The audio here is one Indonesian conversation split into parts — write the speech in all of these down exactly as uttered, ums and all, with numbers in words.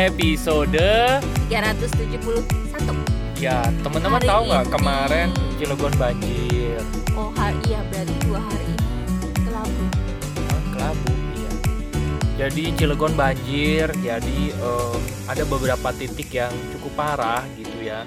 episode tiga ratus tujuh puluh satu. Ya, teman-teman Hari tahu nggak ini- kemarin Cilegon banjir? Oh hari iya berarti dua hari ini kelabu. Hah, Kelabu, iya. Jadi Cilegon banjir, jadi eh, ada beberapa titik yang cukup parah gitu ya.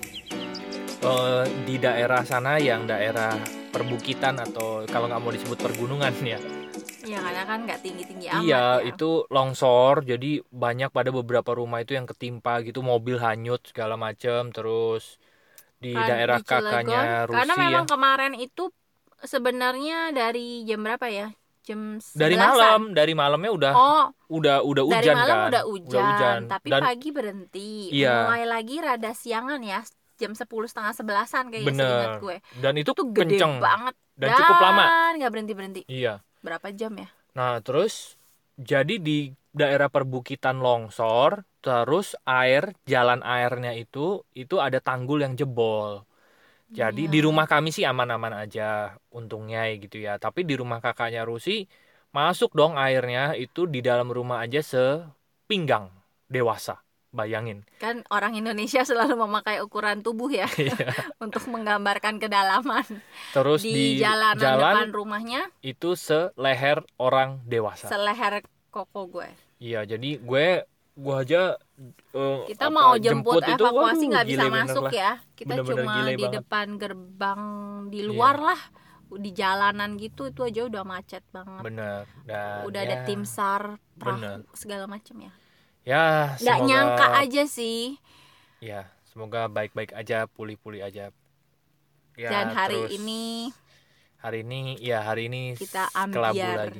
Eh, di daerah sana yang daerah perbukitan atau kalau nggak mau disebut pergunungan ya. Ya karena kan nggak tinggi-tinggi amat Iya, ya. itu longsor, jadi banyak pada beberapa rumah itu yang ketimpa gitu, mobil hanyut segala macam, terus di Kan daerah di Cilegon, kakaknya Rusi karena ya. memang kemarin itu sebenarnya dari jam berapa ya? Jam Dari sebelasan. malam, dari malamnya udah Oh, udah udah dari hujan malam kan. udah hujan, tapi Dan pagi berhenti. Iya. Mulai lagi rada siangan ya, jam sepuluh setengah sebelasan kayaknya bener. seingat gue. Dan itu, Itu gede kenceng banget dan cukup lama. nggak berhenti berhenti. Iya. Berapa jam ya? Nah, terus jadi di daerah perbukitan longsor, terus air, jalan airnya itu itu ada tanggul yang jebol. Jadi Iya. di rumah kami sih aman-aman aja untungnya gitu ya. Tapi di rumah kakaknya Rusi masuk dong airnya itu di dalam rumah aja sepinggang dewasa. Bayangin. Kan orang Indonesia selalu memakai ukuran tubuh ya Iya. untuk menggambarkan kedalaman. Terus Di, di, jalanan jalan depan rumahnya itu seleher orang dewasa. seleher koko gue. Iya, jadi gue gue aja eh, Kita apa, mau jemput, itu, evakuasi waduh, nggak bisa gile bener masuk lah. ya. Kita Bener-bener cuma gile di banget. depan gerbang di Iya. luar lah. Di jalanan gitu itu aja udah macet banget. Bener. Dan Udah ya, ada tim SAR, perahu, bener. segala macam ya. Ya, Nggak semoga nyangka aja sih. ya, semoga baik-baik aja, pulih-pulih aja. Ya, Dan hari terus ini hari ini ya hari ini kita kelabu ambiar. lagi.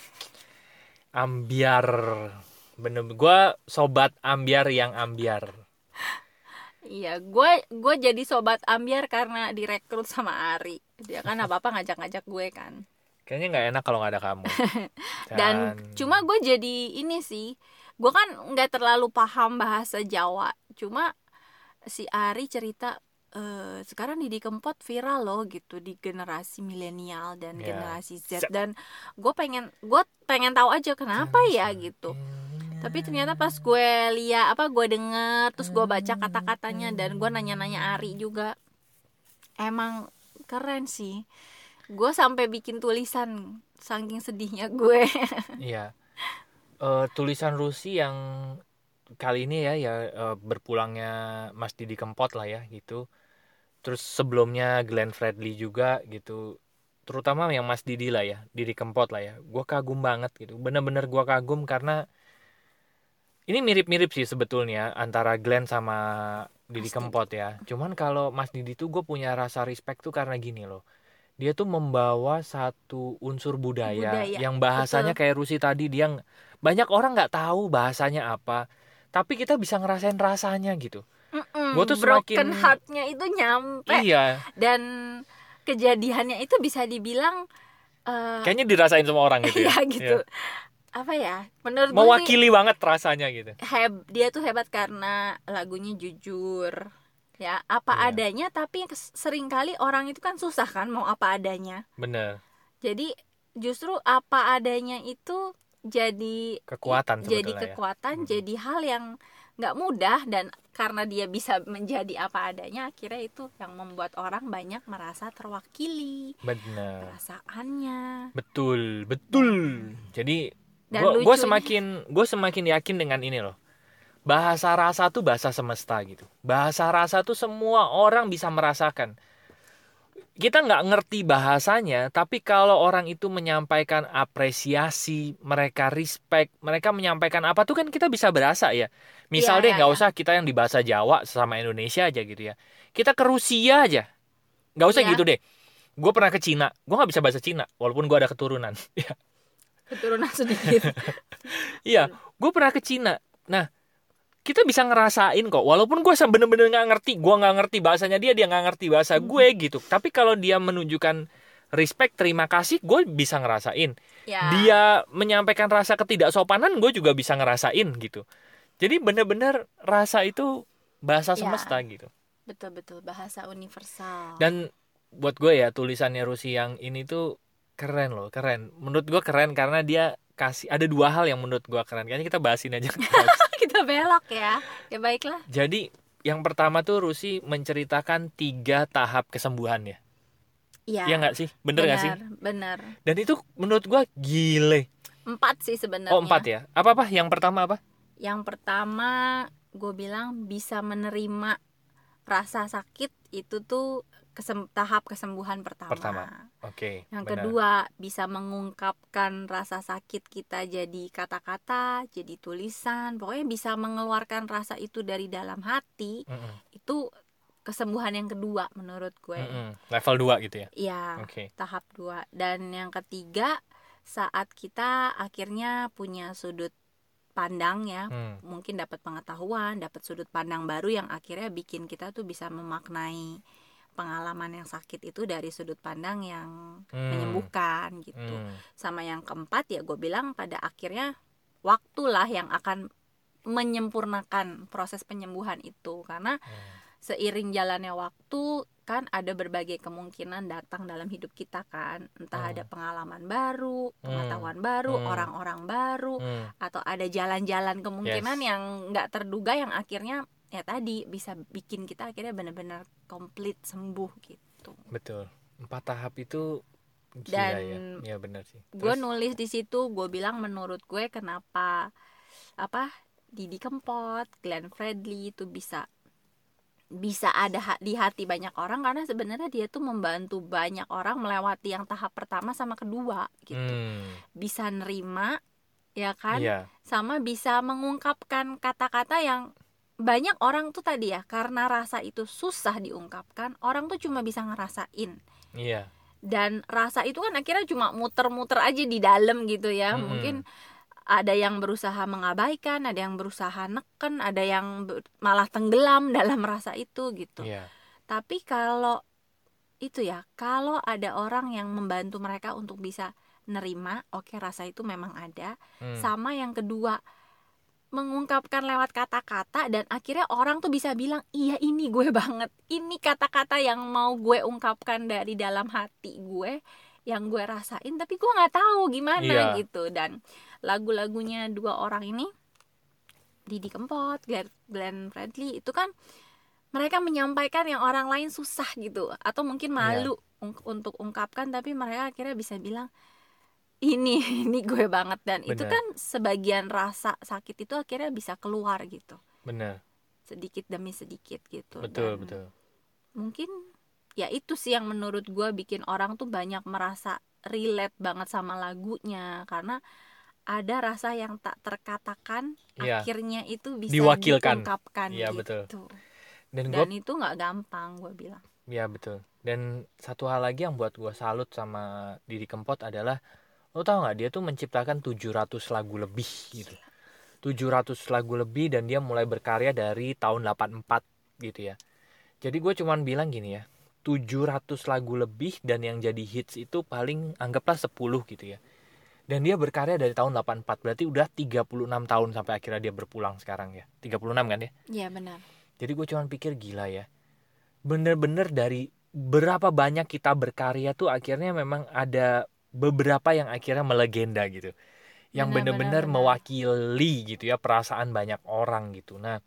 Ambiar. Bener, gue sobat ambiar yang ambiar. Iya, gue gue jadi sobat ambiar karena direkrut sama Ari. Dia kan apa-apa ngajak-ngajak gue kan. Kayaknya nggak enak kalau nggak ada kamu. Dan cuma gue jadi ini sih, gue kan nggak terlalu paham bahasa Jawa. Cuma si Ari cerita e, sekarang Didi Kempot viral loh gitu di generasi milenial dan Ya. generasi Z. Dan gue pengen gue pengen tahu aja kenapa ya gitu. Tapi ternyata pas gue lihat apa gue denger terus gue baca kata-katanya dan gue nanya-nanya Ari juga, emang keren sih. Gue sampai bikin tulisan saking sedihnya gue. Iya. Eh, tulisan Rusi yang kali ini ya ya eh, berpulangnya Mas Didi Kempot lah ya gitu. Terus sebelumnya Glenn Fredly juga gitu. Terutama yang Mas Didi lah ya, Didi Kempot lah ya. Gue kagum banget gitu. Bener-bener gue kagum karena ini mirip-mirip sih sebetulnya antara Glenn sama Didi Mas Kempot ya. Cuman kalau Mas Didi tuh gue punya rasa respect tuh karena gini loh. Dia tuh membawa satu unsur budaya, Budaya, yang bahasanya betul. kayak Rusi tadi. Dia ng- banyak orang nggak tahu bahasanya apa, tapi kita bisa ngerasain rasanya gitu. Mm-mm, Gua tuh broken semakin- heart-nya itu nyampe. Iya, Dan kejadiannya itu bisa dibilang eh, kayaknya dirasain sama orang gitu ya. ya gitu. Iya. Apa ya? Menurut gue sih Mewakili banget rasanya gitu. heb, dia tuh hebat karena lagunya jujur. Ya, apa Iya. adanya, tapi kes- seringkali orang itu kan susah kan mau apa adanya. Bener, Jadi justru apa adanya itu jadi kekuatan jadi sebetulnya ya. kekuatan, Hmm. jadi hal yang nggak mudah. Dan karena dia bisa menjadi apa adanya, akhirnya itu yang membuat orang banyak merasa terwakili Bener, perasaannya. betul, betul. Jadi Dan gue lucunya- semakin gue semakin yakin dengan ini loh. Bahasa rasa tuh bahasa semesta gitu. Bahasa rasa tuh semua orang bisa merasakan. Kita nggak ngerti bahasanya, tapi kalau orang itu menyampaikan apresiasi, mereka respect, mereka menyampaikan apa tuh kan kita bisa berasa ya. Misal Iya, deh iya, nggak iya. usah kita yang di bahasa Jawa sama Indonesia aja gitu ya. Kita ke Rusia aja, nggak usah Iya. gitu deh. Gue pernah ke Cina, gue nggak bisa bahasa Cina, walaupun gue ada keturunan. Keturunan sedikit. Iya, gue pernah ke Cina. Nah, kita bisa ngerasain kok, walaupun gue bener-bener nggak ngerti, gue nggak ngerti bahasanya dia, dia nggak ngerti bahasa gue gitu. Tapi kalau dia menunjukkan respect, terima kasih, gue bisa ngerasain. Ya. Dia menyampaikan rasa ketidaksopanan, gue juga bisa ngerasain gitu. Jadi bener-bener rasa itu bahasa Ya. semesta gitu. Betul-betul bahasa universal. Dan buat gue ya tulisannya Rusi yang ini tuh keren loh, keren. Menurut gue keren karena dia kasih ada dua hal yang menurut gue keren. Kayaknya kita bahasin aja. Kita belok ya. Ya baiklah. Jadi yang pertama tuh Rusi menceritakan tiga tahap kesembuhan ya. Iya. Iya nggak sih? Bener nggak sih? Bener. Dan itu menurut gue gile. Empat sih sebenarnya. Oh empat ya? Apa apa? Yang pertama apa? Yang pertama gue bilang bisa menerima rasa sakit itu tuh kesem- tahap kesembuhan pertama. Pertama. Oke. Yang benar. kedua bisa mengungkapkan rasa sakit kita jadi kata-kata, jadi tulisan, pokoknya bisa mengeluarkan rasa itu dari dalam hati. Mm-mm. Itu kesembuhan yang kedua menurut gue. Mm-mm. Level dua gitu ya? Iya. Oke. Tahap dua. Dan yang ketiga saat kita akhirnya punya sudut pandang ya, hmm. mungkin dapat pengetahuan, dapat sudut pandang baru yang akhirnya bikin kita tuh bisa memaknai pengalaman yang sakit itu dari sudut pandang yang hmm. menyembuhkan gitu. Hmm. Sama yang keempat ya gue bilang pada akhirnya waktulah yang akan menyempurnakan proses penyembuhan itu, karena hmm. seiring jalannya waktu kan ada berbagai kemungkinan datang dalam hidup kita kan, entah hmm. ada pengalaman baru, pengetahuan hmm. baru, hmm. orang-orang baru, hmm. atau ada jalan-jalan kemungkinan yes. yang nggak terduga yang akhirnya ya tadi bisa bikin kita akhirnya benar-benar komplit sembuh gitu. Betul. Empat tahap itu gila. Dan ya, ya benar sih. Gue nulis di situ, gue bilang menurut gue kenapa apa Didi Kempot, Glenn Fredly itu bisa bisa ada di hati banyak orang karena sebenarnya dia tuh membantu banyak orang melewati yang tahap pertama sama kedua gitu. Hmm. Bisa nerima ya kan? Yeah. Sama bisa mengungkapkan kata-kata yang banyak orang tuh tadi ya, karena rasa itu susah diungkapkan, orang tuh cuma bisa ngerasain. Iya. Yeah. Dan rasa itu kan akhirnya cuma muter-muter aja di dalam gitu ya. Hmm. Mungkin ada yang berusaha mengabaikan, ada yang berusaha neken, ada yang malah tenggelam dalam rasa itu gitu. Yeah. Tapi kalau itu ya, kalau ada orang yang membantu mereka untuk bisa nerima, oke okay, rasa itu memang ada. Hmm. Sama yang kedua, mengungkapkan lewat kata-kata dan akhirnya orang tuh bisa bilang, iya ini gue banget, ini kata-kata yang mau gue ungkapkan dari dalam hati gue, yang gue rasain tapi gue nggak tahu gimana yeah. gitu. Dan lagu-lagunya dua orang ini, Didi Kempot, Glenn Fredly, itu kan mereka menyampaikan yang orang lain susah gitu atau mungkin malu yeah. ung- untuk ungkapkan, tapi mereka akhirnya bisa bilang ini ini gue banget. Dan Bener. Itu kan sebagian rasa sakit itu akhirnya bisa keluar gitu. Bener. Sedikit demi sedikit gitu. Betul. Dan betul. Mungkin ya itu sih yang menurut gue bikin orang tuh banyak merasa relate banget sama lagunya, karena ada rasa yang tak terkatakan ya. Akhirnya itu bisa diwakilkan, diungkapkan ya, gitu. Betul. Dan, Dan gua, itu nggak gampang gue bilang. Ya betul. Dan satu hal lagi yang buat gue salut sama Didi Kempot adalah, lo tau nggak, dia tuh menciptakan tujuh ratus lagu lebih gitu. tujuh ratus lagu lebih, dan dia mulai berkarya dari tahun delapan puluh empat gitu ya. Jadi gue cuman bilang gini ya, tujuh ratus lagu lebih dan yang jadi hits itu paling anggaplah sepuluh gitu ya. Dan dia berkarya dari tahun delapan puluh empat, berarti udah tiga puluh enam tahun sampai akhirnya dia berpulang sekarang ya. tiga puluh enam kan ya? Iya benar. Jadi gue cuman pikir gila ya. Bener-bener dari berapa banyak kita berkarya tuh akhirnya memang ada beberapa yang akhirnya melegenda gitu. Yang bener, bener-bener bener, mewakili gitu ya perasaan banyak orang gitu. Nah,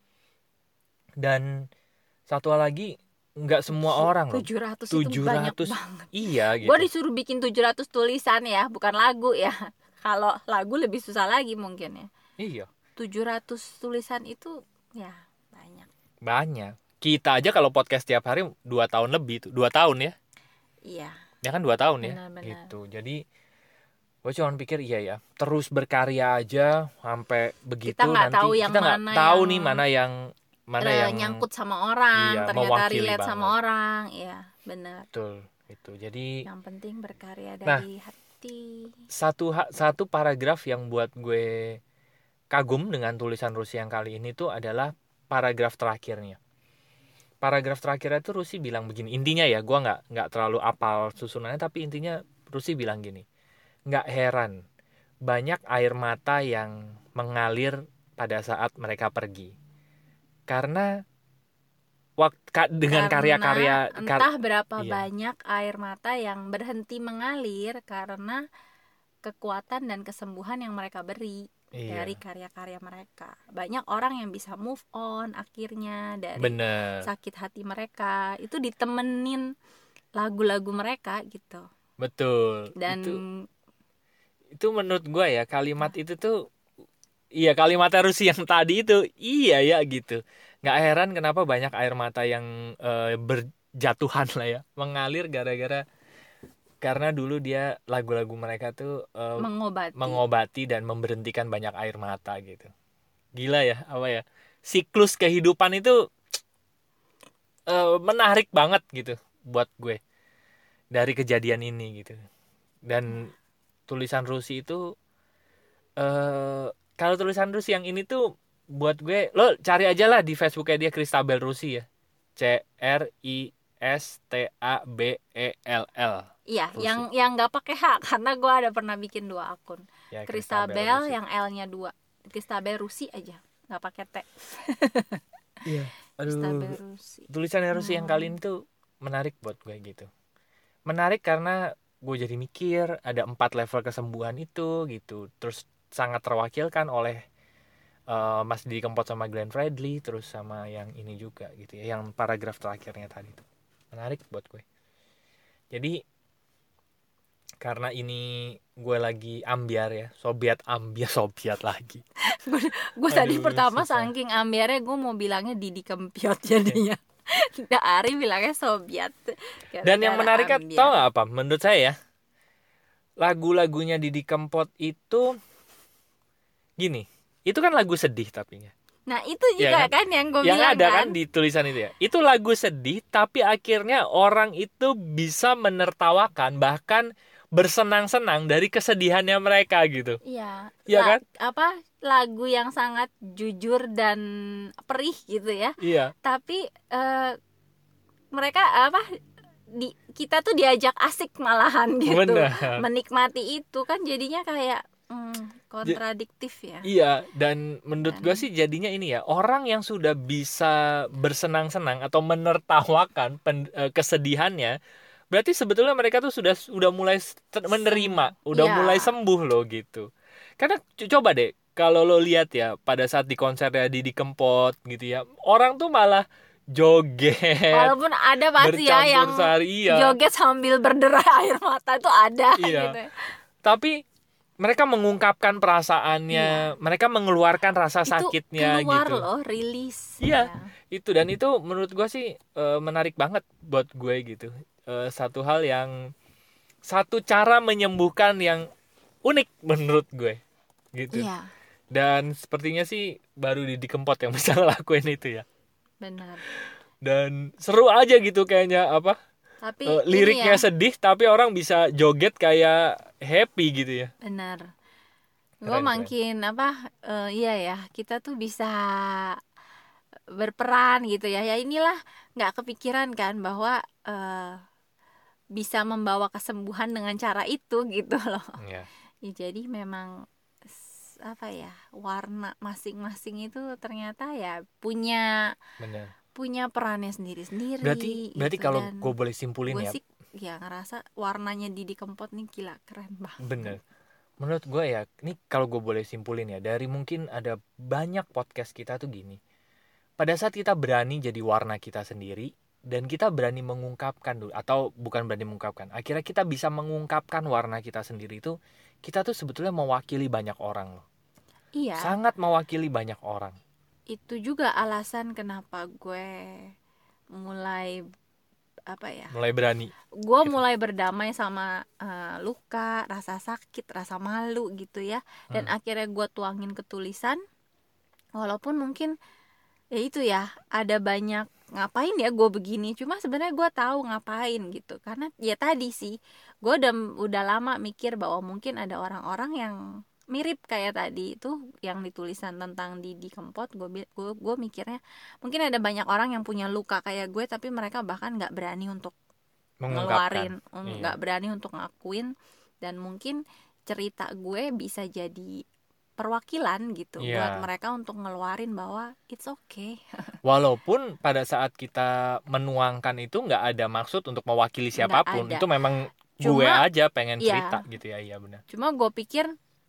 dan satu hal lagi, nggak semua Tujuh, orang loh. tujuh ratus itu banyak banget. Iya gitu. Gue disuruh bikin tujuh ratus tulisan ya, bukan lagu ya. Kalau lagu lebih susah lagi mungkin ya. Iya. tujuh ratus tulisan itu ya banyak. Banyak. Kita aja kalau podcast tiap hari dua tahun lebih tuh, dua tahun ya. Iya. Ya kan dua tahun benar, ya. Benar. Gitu. Jadi gue cuma pikir iya ya, terus berkarya aja sampai begitu, kita nanti tahu yang kita nggak tahu nih mana yang mana yang nyangkut sama orang, iya, ternyata relate banget. sama orang, ya benar. Betul, itu. Jadi yang penting berkarya nah, dari hati. Satu satu paragraf yang buat gue kagum dengan tulisan Rusi yang kali ini tuh adalah paragraf terakhirnya. Paragraf terakhirnya tuh Rusi bilang begini, intinya ya, gue nggak nggak terlalu apal susunannya, tapi intinya Rusi bilang gini, nggak heran banyak air mata yang mengalir pada saat mereka pergi. Karena waktu dengan karena karya-karya entah berapa iya. banyak air mata yang berhenti mengalir karena kekuatan dan kesembuhan yang mereka beri Iya. dari karya-karya mereka. Banyak orang yang bisa move on akhirnya dari Bener. sakit hati mereka itu ditemenin lagu-lagu mereka gitu. Betul. Dan Itu itu menurut gua ya kalimat itu tuh iya kalimat Rusi yang tadi itu iya ya gitu. Nggak heran kenapa banyak air mata yang eh, berjatuhan lah ya, mengalir gara-gara karena dulu dia lagu-lagu mereka tuh eh, mengobati. mengobati dan memberhentikan banyak air mata gitu. Gila ya, apa ya? Siklus kehidupan itu eh, menarik banget gitu buat gue dari kejadian ini gitu. Dan tulisan Rusi itu eh kalau tulisan Rusi yang ini tuh buat gue, lo cari aja lah di Facebooknya dia Christabel Rusi ya. C R I S T A B E L L. Iya, Rusi. yang yang nggak pakai H karena gue ada pernah bikin dua akun. Ya, Christabel yang L-nya dua. Christabel Rusi aja, nggak pakai T. Iya. Christabel Aduh. Rusi. Tulisan Rusi yang kali ini tuh menarik buat gue gitu. Menarik karena gue jadi mikir ada empat level kesembuhan itu gitu. Terus sangat terwakilkan oleh uh, Mas Didi Kempot sama Glenn Fredly, terus sama yang ini juga gitu ya, yang paragraf terakhirnya tadi tuh. Menarik buat gue. Jadi karena ini gue lagi ambiar ya, sobiat ambiar sobiat lagi. Gue tadi Aduh, pertama susah. saking ambiarnya gue mau bilangnya Didi Kempiot jadinya. Nah, Ari bilangnya sobiat. Dan yang menarik tau gak apa? Menurut saya ya, lagu-lagunya Didi Kempot itu gini, itu kan lagu sedih tapinya. Nah itu juga ya kan? kan yang gue yang bilang ada kan? kan di tulisan itu ya. Itu lagu sedih tapi akhirnya orang itu bisa menertawakan bahkan bersenang-senang dari kesedihannya mereka gitu. Iya. Iya kan? Apa lagu yang sangat jujur dan perih gitu ya. Iya. Tapi uh, mereka apa di kita tuh diajak asik malahan gitu. Bener. Menikmati itu kan jadinya kayak hmm, kontradiktif ya. Iya, dan menurut gue sih jadinya ini ya, orang yang sudah bisa bersenang-senang atau menertawakan pen, uh, kesedihannya, berarti sebetulnya mereka tuh sudah sudah mulai menerima, sembuh. udah ya. mulai sembuh loh gitu. Karena coba deh, kalau lo lihat ya pada saat di konsernya Didi Kempot gitu ya, orang tuh malah joget. Walaupun ada pasti ya yang sari, iya. joget sambil berderai air mata itu ada iya. gitu. Tapi mereka mengungkapkan perasaannya, iya. mereka mengeluarkan rasa itu sakitnya keluar gitu. Loh, rilis. Iya, ya. Itu dan itu menurut gue sih e, menarik banget buat gue gitu. E, satu hal yang satu cara menyembuhkan yang unik menurut gue gitu. Iya. Dan sepertinya sih baru Didi Kempot yang bisa ngelakuin itu ya. Benar. Dan seru aja gitu kayaknya apa? Tapi uh, liriknya ya, sedih tapi orang bisa joget kayak happy gitu ya. Benar. Gue makin apa uh, iya ya, kita tuh bisa berperan gitu ya. Ya inilah nggak kepikiran kan bahwa uh, bisa membawa kesembuhan dengan cara itu gitu loh. Yeah. Ya, jadi memang apa ya, warna masing-masing itu ternyata ya punya Benar. punya perannya sendiri-sendiri. Berarti berarti gitu. kalau gue boleh simpulin gue ya. Sih, ya ngerasa warnanya Didi Kempot nih gila keren banget. Bener. Menurut gue ya, ini kalau gue boleh simpulin ya, dari mungkin ada banyak podcast kita tuh gini. Pada saat kita berani jadi warna kita sendiri dan kita berani mengungkapkan dulu, atau bukan berani mengungkapkan, akhirnya kita bisa mengungkapkan warna kita sendiri itu, kita tuh sebetulnya mewakili banyak orang loh. Iya. Sangat mewakili banyak orang. Itu juga alasan kenapa gue mulai apa ya? Mulai berani. Gue gitu. Mulai berdamai sama uh, luka, rasa sakit, rasa malu gitu ya. Dan hmm. akhirnya gue tuangin ke tulisan. Walaupun mungkin ya itu ya, ada banyak ngapain ya gue begini. Cuma sebenarnya gue tahu ngapain gitu. Karena ya tadi sih, gue udah udah lama mikir bahwa mungkin ada orang-orang yang mirip kayak tadi itu yang ditulisan tentang Didi Kempot. Gue gue gue mikirnya mungkin ada banyak orang yang punya luka kayak gue tapi mereka bahkan nggak berani untuk ngeluarin, nggak iya. berani untuk ngakuin, dan mungkin cerita gue bisa jadi perwakilan gitu iya. buat mereka untuk ngeluarin bahwa it's okay. Walaupun pada saat kita menuangkan itu nggak ada maksud untuk mewakili siapapun, itu memang gue Cuma, aja pengen iya. cerita gitu ya. Iya benar. Cuma gue pikir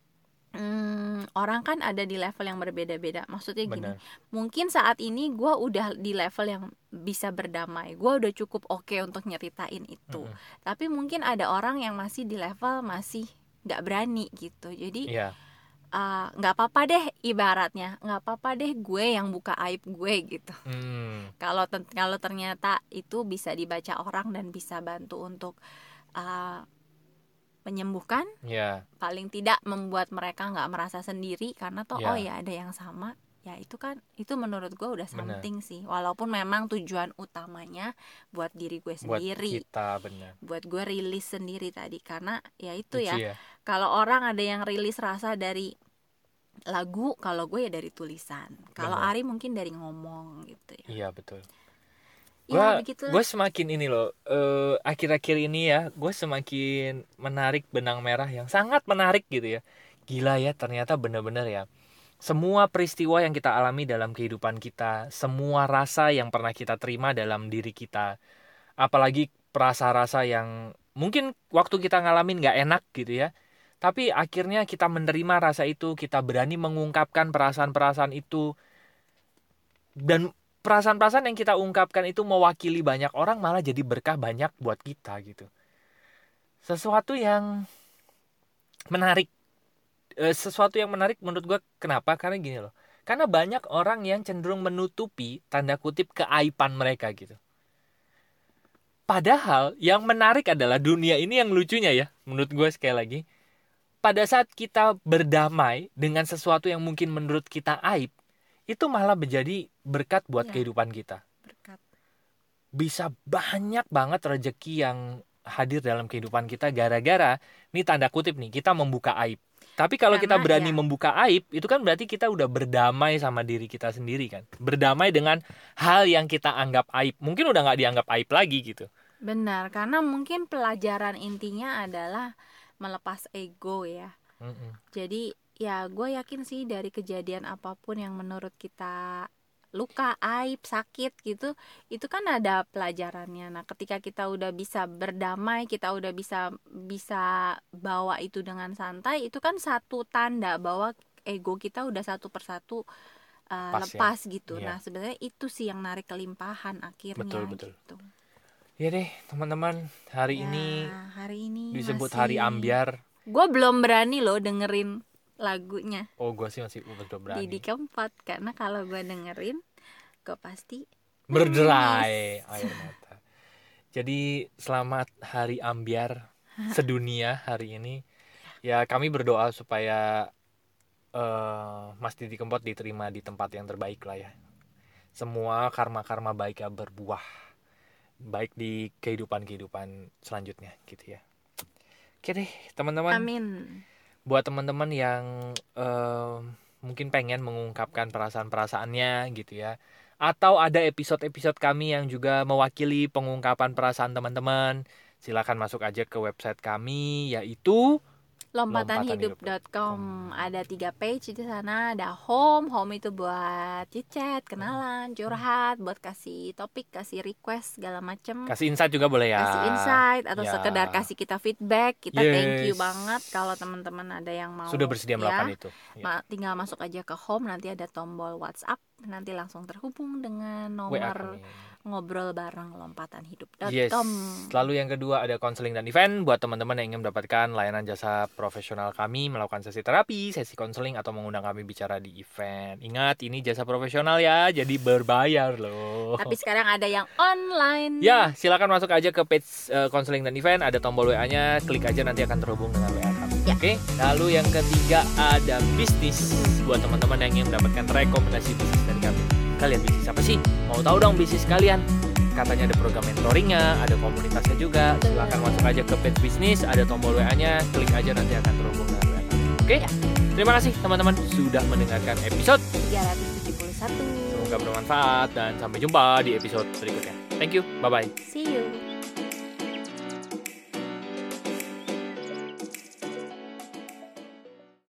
hmm, orang kan ada di level yang berbeda-beda. Maksudnya gini, Benar. mungkin saat ini gue udah di level yang bisa berdamai, gue udah cukup oke untuk nyeritain itu. Mm-mm. Tapi mungkin ada orang yang masih di level masih nggak berani gitu. Jadi Iya. uh, nggak apa-apa deh, ibaratnya nggak apa-apa deh gue yang buka aib gue gitu. Hmm. Kalau ten- kalau ternyata itu bisa dibaca orang dan bisa bantu untuk uh, menyembuhkan, Ya. paling tidak membuat mereka nggak merasa sendiri karena toh Ya. oh ya ada yang sama, ya itu kan, itu menurut gue udah Benar. something sih. Walaupun memang tujuan utamanya buat diri gue Buat sendiri, kita benar. buat gue rilis sendiri tadi, karena ya itu Lucu ya, ya. kalau orang ada yang rilis rasa dari lagu, kalau gue ya dari tulisan, kalau Benar. Ari mungkin dari ngomong gitu ya. Iya betul. Ya Gue begitulah. gue semakin ini loh, eh, akhir-akhir ini ya, gue semakin menarik benang merah yang sangat menarik gitu ya. Gila ya, ternyata benar-benar ya. Semua peristiwa yang kita alami dalam kehidupan kita, semua rasa yang pernah kita terima dalam diri kita, apalagi rasa-rasa yang mungkin waktu kita ngalamin gak enak gitu ya, tapi akhirnya kita menerima rasa itu, kita berani mengungkapkan perasaan-perasaan itu, dan perasaan-perasaan yang kita ungkapkan itu mewakili banyak orang, malah jadi berkah banyak buat kita gitu. Sesuatu yang menarik, e, sesuatu yang menarik menurut gue. Kenapa? Karena gini loh, karena banyak orang yang cenderung menutupi tanda kutip keaiban mereka gitu. Padahal yang menarik adalah dunia ini yang lucunya ya, menurut gue sekali lagi, pada saat kita berdamai dengan sesuatu yang mungkin menurut kita aib, itu malah menjadi berkat buat Ya. kehidupan kita. Berkat. Bisa banyak banget rezeki yang hadir dalam kehidupan kita gara-gara, nih tanda kutip nih, kita membuka aib. Tapi kalau kita Karena, berani ya. membuka aib, itu kan berarti kita udah berdamai sama diri kita sendiri kan. Berdamai dengan hal yang kita anggap aib. Mungkin udah gak dianggap aib lagi gitu. Benar, karena mungkin pelajaran intinya adalah melepas ego ya. Mm-mm. Jadi ya gue yakin sih dari kejadian apapun yang menurut kita luka, aib, sakit gitu, itu kan ada pelajarannya. Nah, ketika kita udah bisa berdamai, kita udah bisa bisa bawa itu dengan santai, itu kan satu tanda bahwa ego kita udah satu persatu uh, Pas ya. lepas gitu. Iya. Nah, sebenarnya itu sih yang narik kelimpahan akhirnya. Betul, betul. Gitu. Ya deh teman-teman, hari Ya, ini hari ini disebut masih- hari ambiar. Gue belum berani loh dengerin lagunya Oh, gue sih masih udah berani. Didi Keempat, karena kalau gue dengerin gue pasti Berderai air mata. Jadi selamat hari ambiar sedunia hari ini. Ya kami berdoa supaya uh, Mas Didi Kempot diterima di tempat yang terbaik lah ya. Semua karma-karma baiknya berbuah baik di kehidupan-kehidupan selanjutnya gitu ya. Oke deh teman-teman. amin. Buat teman-teman yang uh, mungkin pengen mengungkapkan perasaan-perasaannya gitu ya, atau ada episode-episode kami yang juga mewakili pengungkapan perasaan teman-teman, silakan masuk aja ke website kami, yaitu lompatan hidup dot com. Ada tiga page di sana. Ada home, home itu buat chit-chat, kenalan, curhat, buat kasih topik, kasih request segala macem, kasih insight juga boleh ya, kasih insight atau Ya. sekedar kasih kita feedback. Kita Yes. thank you banget kalau teman-teman ada yang mau, sudah bersedia ya. melakukan itu ya. Ma- tinggal masuk aja ke home, nanti ada tombol WhatsApp, nanti langsung terhubung dengan W A nomor kami. ngobrol bareng lompatan hidup dot com. Yes. Lalu yang kedua ada konseling dan event buat teman-teman yang ingin mendapatkan layanan jasa profesional kami, melakukan sesi terapi, sesi konseling, atau mengundang kami bicara di event. Ingat, ini jasa profesional ya, jadi berbayar loh. Tapi sekarang ada yang online. Ya, silakan masuk aja ke page konseling dan event, ada tombol W A-nya, klik aja nanti akan terhubung dengan W A kami. Ya. Oke. Lalu yang ketiga ada bisnis buat teman-teman yang ingin mendapatkan rekomendasi bisnis dari kami. Kalian bisnis apa sih? Mau tahu dong bisnis kalian? Katanya ada program mentoringnya, ada komunitasnya juga. Silakan masuk aja ke page bisnis, ada tombol W A-nya, klik aja nanti akan terhubung dengan W A kami. Oke? Ya. Terima kasih teman-teman sudah mendengarkan episode. tiga ratus tujuh puluh satu. Semoga bermanfaat dan sampai jumpa di episode berikutnya. Thank you. Bye bye. See you.